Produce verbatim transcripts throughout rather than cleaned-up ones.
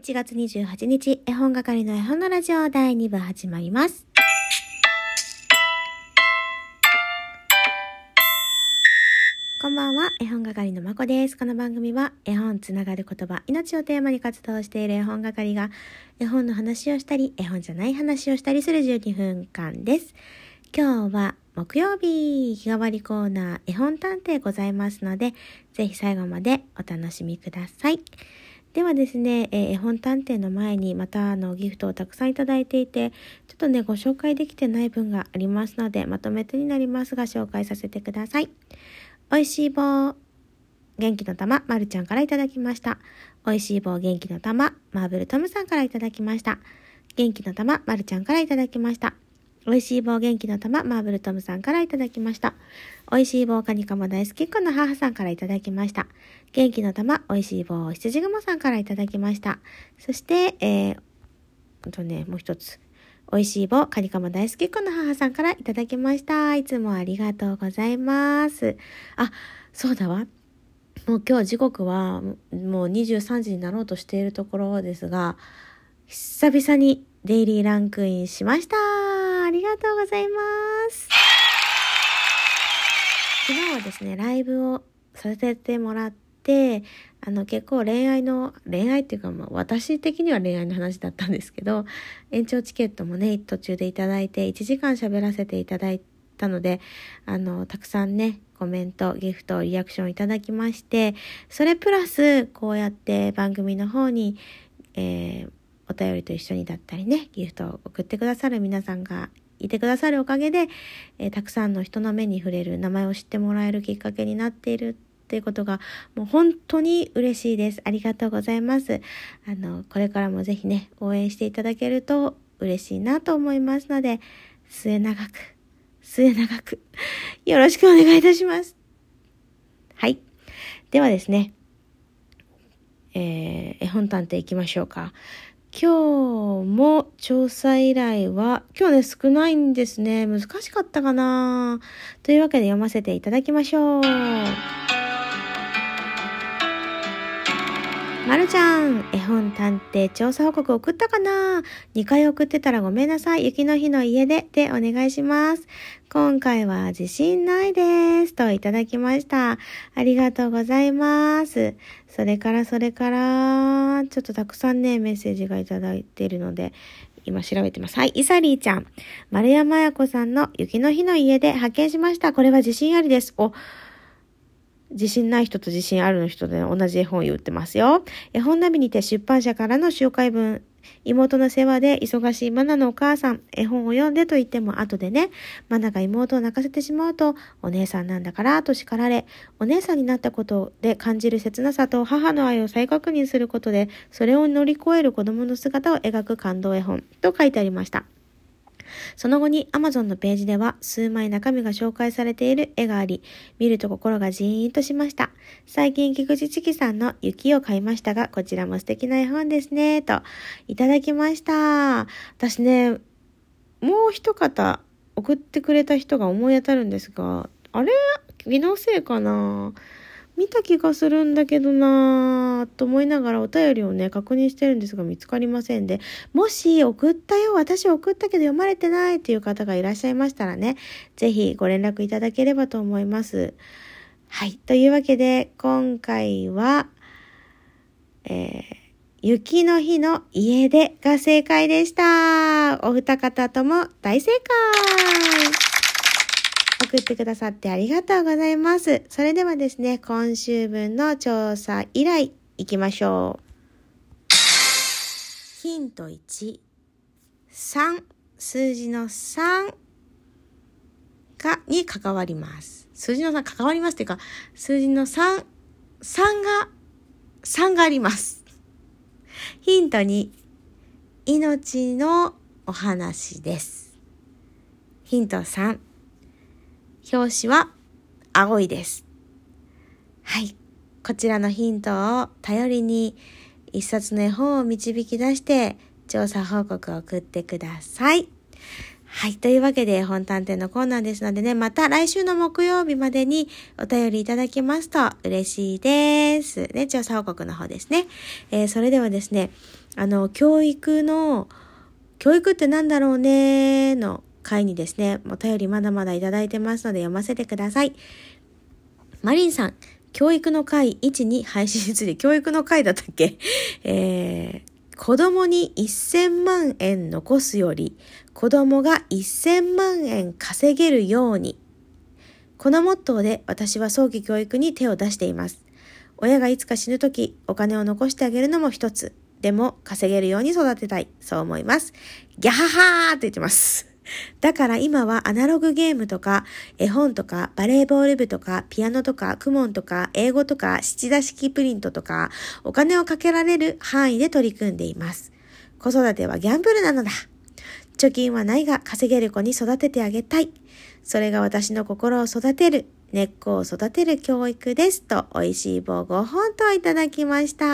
いちがつにじゅうはちにち、絵本係の絵本のラジオだいにぶ始まります。こんばんは、絵本係のまこです。この番組は絵本つながる言葉、命をテーマに活動している絵本係が絵本の話をしたり、絵本じゃない話をしたりするじゅうにふんかんです。今日は木曜日、日替わりコーナー絵本探偵ございますので、ぜひ最後までお楽しみください。ではですね、えー、絵本探偵の前にまたあのギフトをたくさんいただいていて、ちょっとねご紹介できてない分がありますので、まとめてになりますが紹介させてください。おいしい棒元気の玉まるちゃんからいただきました。おいしい棒元気の玉マーブルトムさんからいただきました。元気の玉まるちゃんからいただきました。おいしい棒元気の玉マーブルトムさんからいただきました。おいしい棒カニカマ大好きっ子の母さんからいただきました。元気の玉おいしい棒羊雲さんからいただきました。そしてえー、あとねもう一つおいしい棒カニカマ大好きっ子の母さんからいただきました。いつもありがとうございます。あ、そうだわ。もう今日時刻はもうにじゅうさんじになろうとしているところですが、久々にデイリーランクインしました。ありがとうございます。昨日はですね、ライブをさせてもらって、あの結構恋愛の、恋愛っていうかまあ私的には恋愛の話だったんですけど、延長チケットもね、途中でいただいていちじかん喋らせていただいたので、あの、たくさんね、コメント、ギフト、リアクションいただきまして、それプラス、こうやって番組の方に、えー、お便りと一緒にだったりね、ギフトを送ってくださる皆さんがいてくださるおかげで、えー、たくさんの人の目に触れる、名前を知ってもらえるきっかけになっているっていうことがもう本当に嬉しいです。ありがとうございます。あのこれからもぜひね応援していただけると嬉しいなと思いますので、末永く末永くよろしくお願いいたします。はい。ではですね、えー、絵本探偵いきましょうか。今日も調査依頼は今日ね少ないんですね。難しかったかなというわけで読ませていただきましょう。まるちゃん、絵本探偵調査報告送ったかな ?に 回送ってたらごめんなさい。雪の日の家ででお願いします。今回は自信ないです。といただきました。ありがとうございます。それからそれから、ちょっとたくさんね、メッセージがいただいているので、今調べてます。はい、イサリーちゃん。丸山彩子さんの雪の日の家で発見しました。これは自信ありです。お、自信ない人と自信あるの人で同じ絵本を言ってますよ。絵本ナビにて出版社からの紹介文。妹の世話で忙しいマナのお母さん。絵本を読んでと言っても後でね。マナが妹を泣かせてしまうと、お姉さんなんだからと叱られ、お姉さんになったことで感じる切なさと母の愛を再確認することで、それを乗り越える子供の姿を描く感動絵本と書いてありました。その後に Amazon のページでは数枚中身が紹介されている絵があり、見ると心がジーンとしました。最近菊池千樹さんの雪を買いましたが、こちらも素敵な絵本ですね、といただきました。私ね、もう一方送ってくれた人が思い当たるんですが、あれ気のせいかな見た気がするんだけどなぁと思いながらお便りをね確認してるんですが見つかりませんで、もし送ったよ、私送ったけど読まれてないっていう方がいらっしゃいましたらね、ぜひご連絡いただければと思います。はい、というわけで今回は、えー、雪の日の家でが正解でした。お二方とも大正解。送ってくださってありがとうございます。それではですね、今週分の調査依頼いきましょう。ヒントいち、さん、数字のさんがに関わります。数字のさん関わりますというか、数字のさん、さんが、さんがあります。ヒントに、命のお話です。ヒントさん、表紙は青いです。はい。こちらのヒントを頼りに一冊の絵本を導き出して調査報告を送ってください。 はい。というわけで、本探偵のコーナーですのでね、また来週の木曜日までにお便りいただけますと嬉しいです。ね、調査報告の方ですね。えー、それではですね、あの、教育の、教育ってなんだろうねの回にですね、お便りまだまだいただいてますので読ませてください。マリンさん、教育の会いちに配信について、教育の会だったっけえー、子供にせんまんえん残すより、子供がせんまんえん稼げるように。このモットーで私は早期教育に手を出しています。親がいつか死ぬとき、お金を残してあげるのも一つ。でも稼げるように育てたい。そう思います。ギャハハーって言ってます。だから今はアナログゲームとか絵本とかバレーボール部とかピアノとかクモンとか英語とか七田式プリントとかお金をかけられる範囲で取り組んでいます。子育てはギャンブルなのだ。貯金はないが稼げる子に育ててあげたい。それが私の心を育てる、根っこを育てる教育ですと、美味しい棒ごほんといただきました。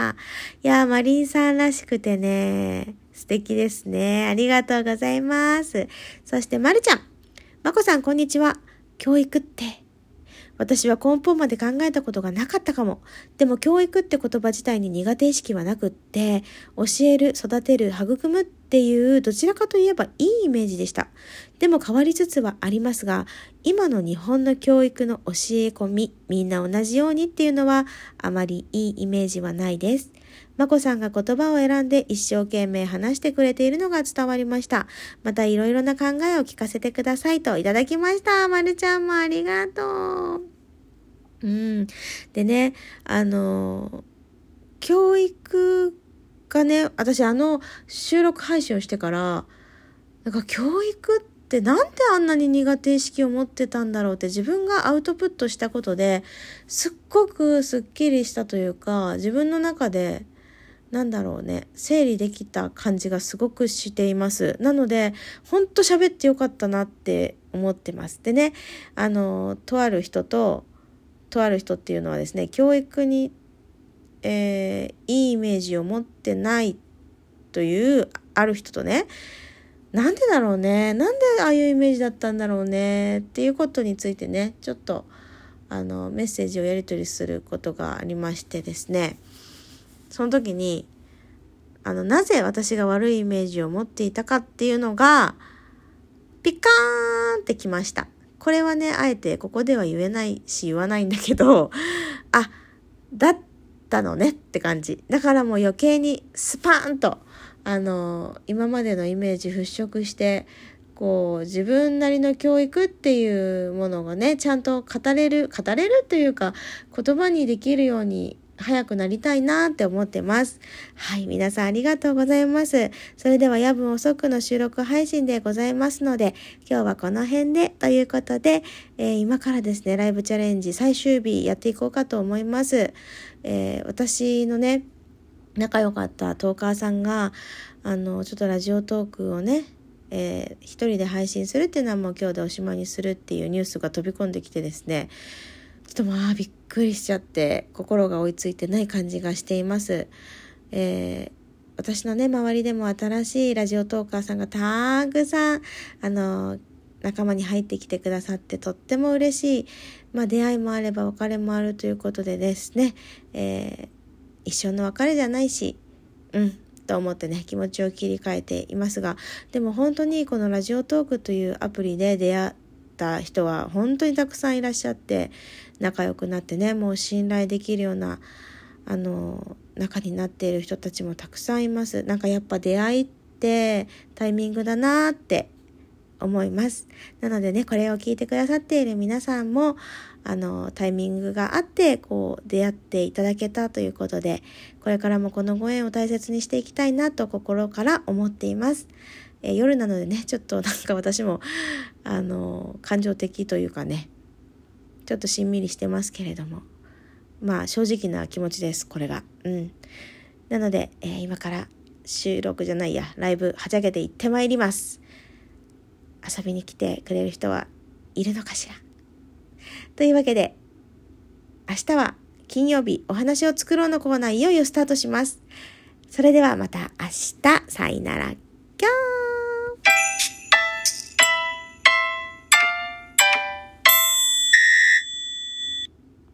いやー、マリンさんらしくてね、素敵ですね。ありがとうございます。そして、まるちゃん。まこさん、こんにちは。教育って、私は根本まで考えたことがなかったかも。でも教育って言葉自体に苦手意識はなくって、教える、育てる、育むっていうどちらかといえばいいイメージでした。でも変わりつつはありますが、今の日本の教育の教え込み、みんな同じようにっていうのはあまりいいイメージはないです。まこさんが言葉を選んで一生懸命話してくれているのが伝わりました。またいろいろな考えを聞かせてくださいといただきました。まるちゃんもありがとう。うん。でね、あの、教育がね、私あの収録配信をしてから、なんか教育ってなんであんなに苦手意識を持ってたんだろうって自分がアウトプットしたことですっごくすっきりしたというか、自分の中でなんだろうね、整理できた感じがすごくしています。なので、ほんと喋ってよかったなって思ってます。でね、あの、とある人と、とある人っていうのはですね、教育に、えー、いいイメージを持ってないというある人とね、なんでだろうね、なんでああいうイメージだったんだろうねっていうことについてね、ちょっとあのメッセージをやり取りすることがありましてですね、その時にあのなぜ私が悪いイメージを持っていたかっていうのがピカーンってきました。これはね、あえてここでは言えないし言わないんだけど、あ、だったのねって感じ。だからもう余計にスパーンとあの今までのイメージ払拭して、こう自分なりの教育っていうものがね、ちゃんと語れる語れるというか言葉にできるように早くなりたいなって思ってます。はい、皆さんありがとうございます。それでは夜分遅くの収録配信でございますので、今日はこの辺でということで、えー、今からですね、ライブチャレンジ最終日やっていこうかと思います。えー、私のね、仲良かったトーカーさんが、あの、ちょっとラジオトークをね、えー、一人で配信するっていうのはもう今日でおしまいにするっていうニュースが飛び込んできてですね、ちょっとまあびっくりしちゃって心が追いついてない感じがしています。えー、私のね周りでも新しいラジオトーカーさんがたくさんあの仲間に入ってきてくださってとっても嬉しい、まあ、出会いもあれば別れもあるということでですね、えー、一生の別れじゃないしうんと思ってね気持ちを切り替えていますが、でも本当にこのラジオトークというアプリで出会った人は本当にたくさんいらっしゃって、仲良くなってね、もう信頼できるようなあの仲になっている人たちもたくさんいます。なんかやっぱ出会いってタイミングだなって思います。なのでね、これを聞いてくださっている皆さんもあのタイミングがあってこう出会っていただけたということで、これからもこのご縁を大切にしていきたいなと心から思っています。えー、夜なのでね、ちょっとなんか私もあの感情的というかね、ちょっとしんみりしてますけれども、まあ正直な気持ちです、これが。うん。なので、えー、今から収録じゃないや、ライブはちゃけて行ってまいります。遊びに来てくれる人はいるのかしら。というわけで、明日は金曜日お話を作ろうのコーナーいよいよスタートします。それではまた明日、さよなら、きょー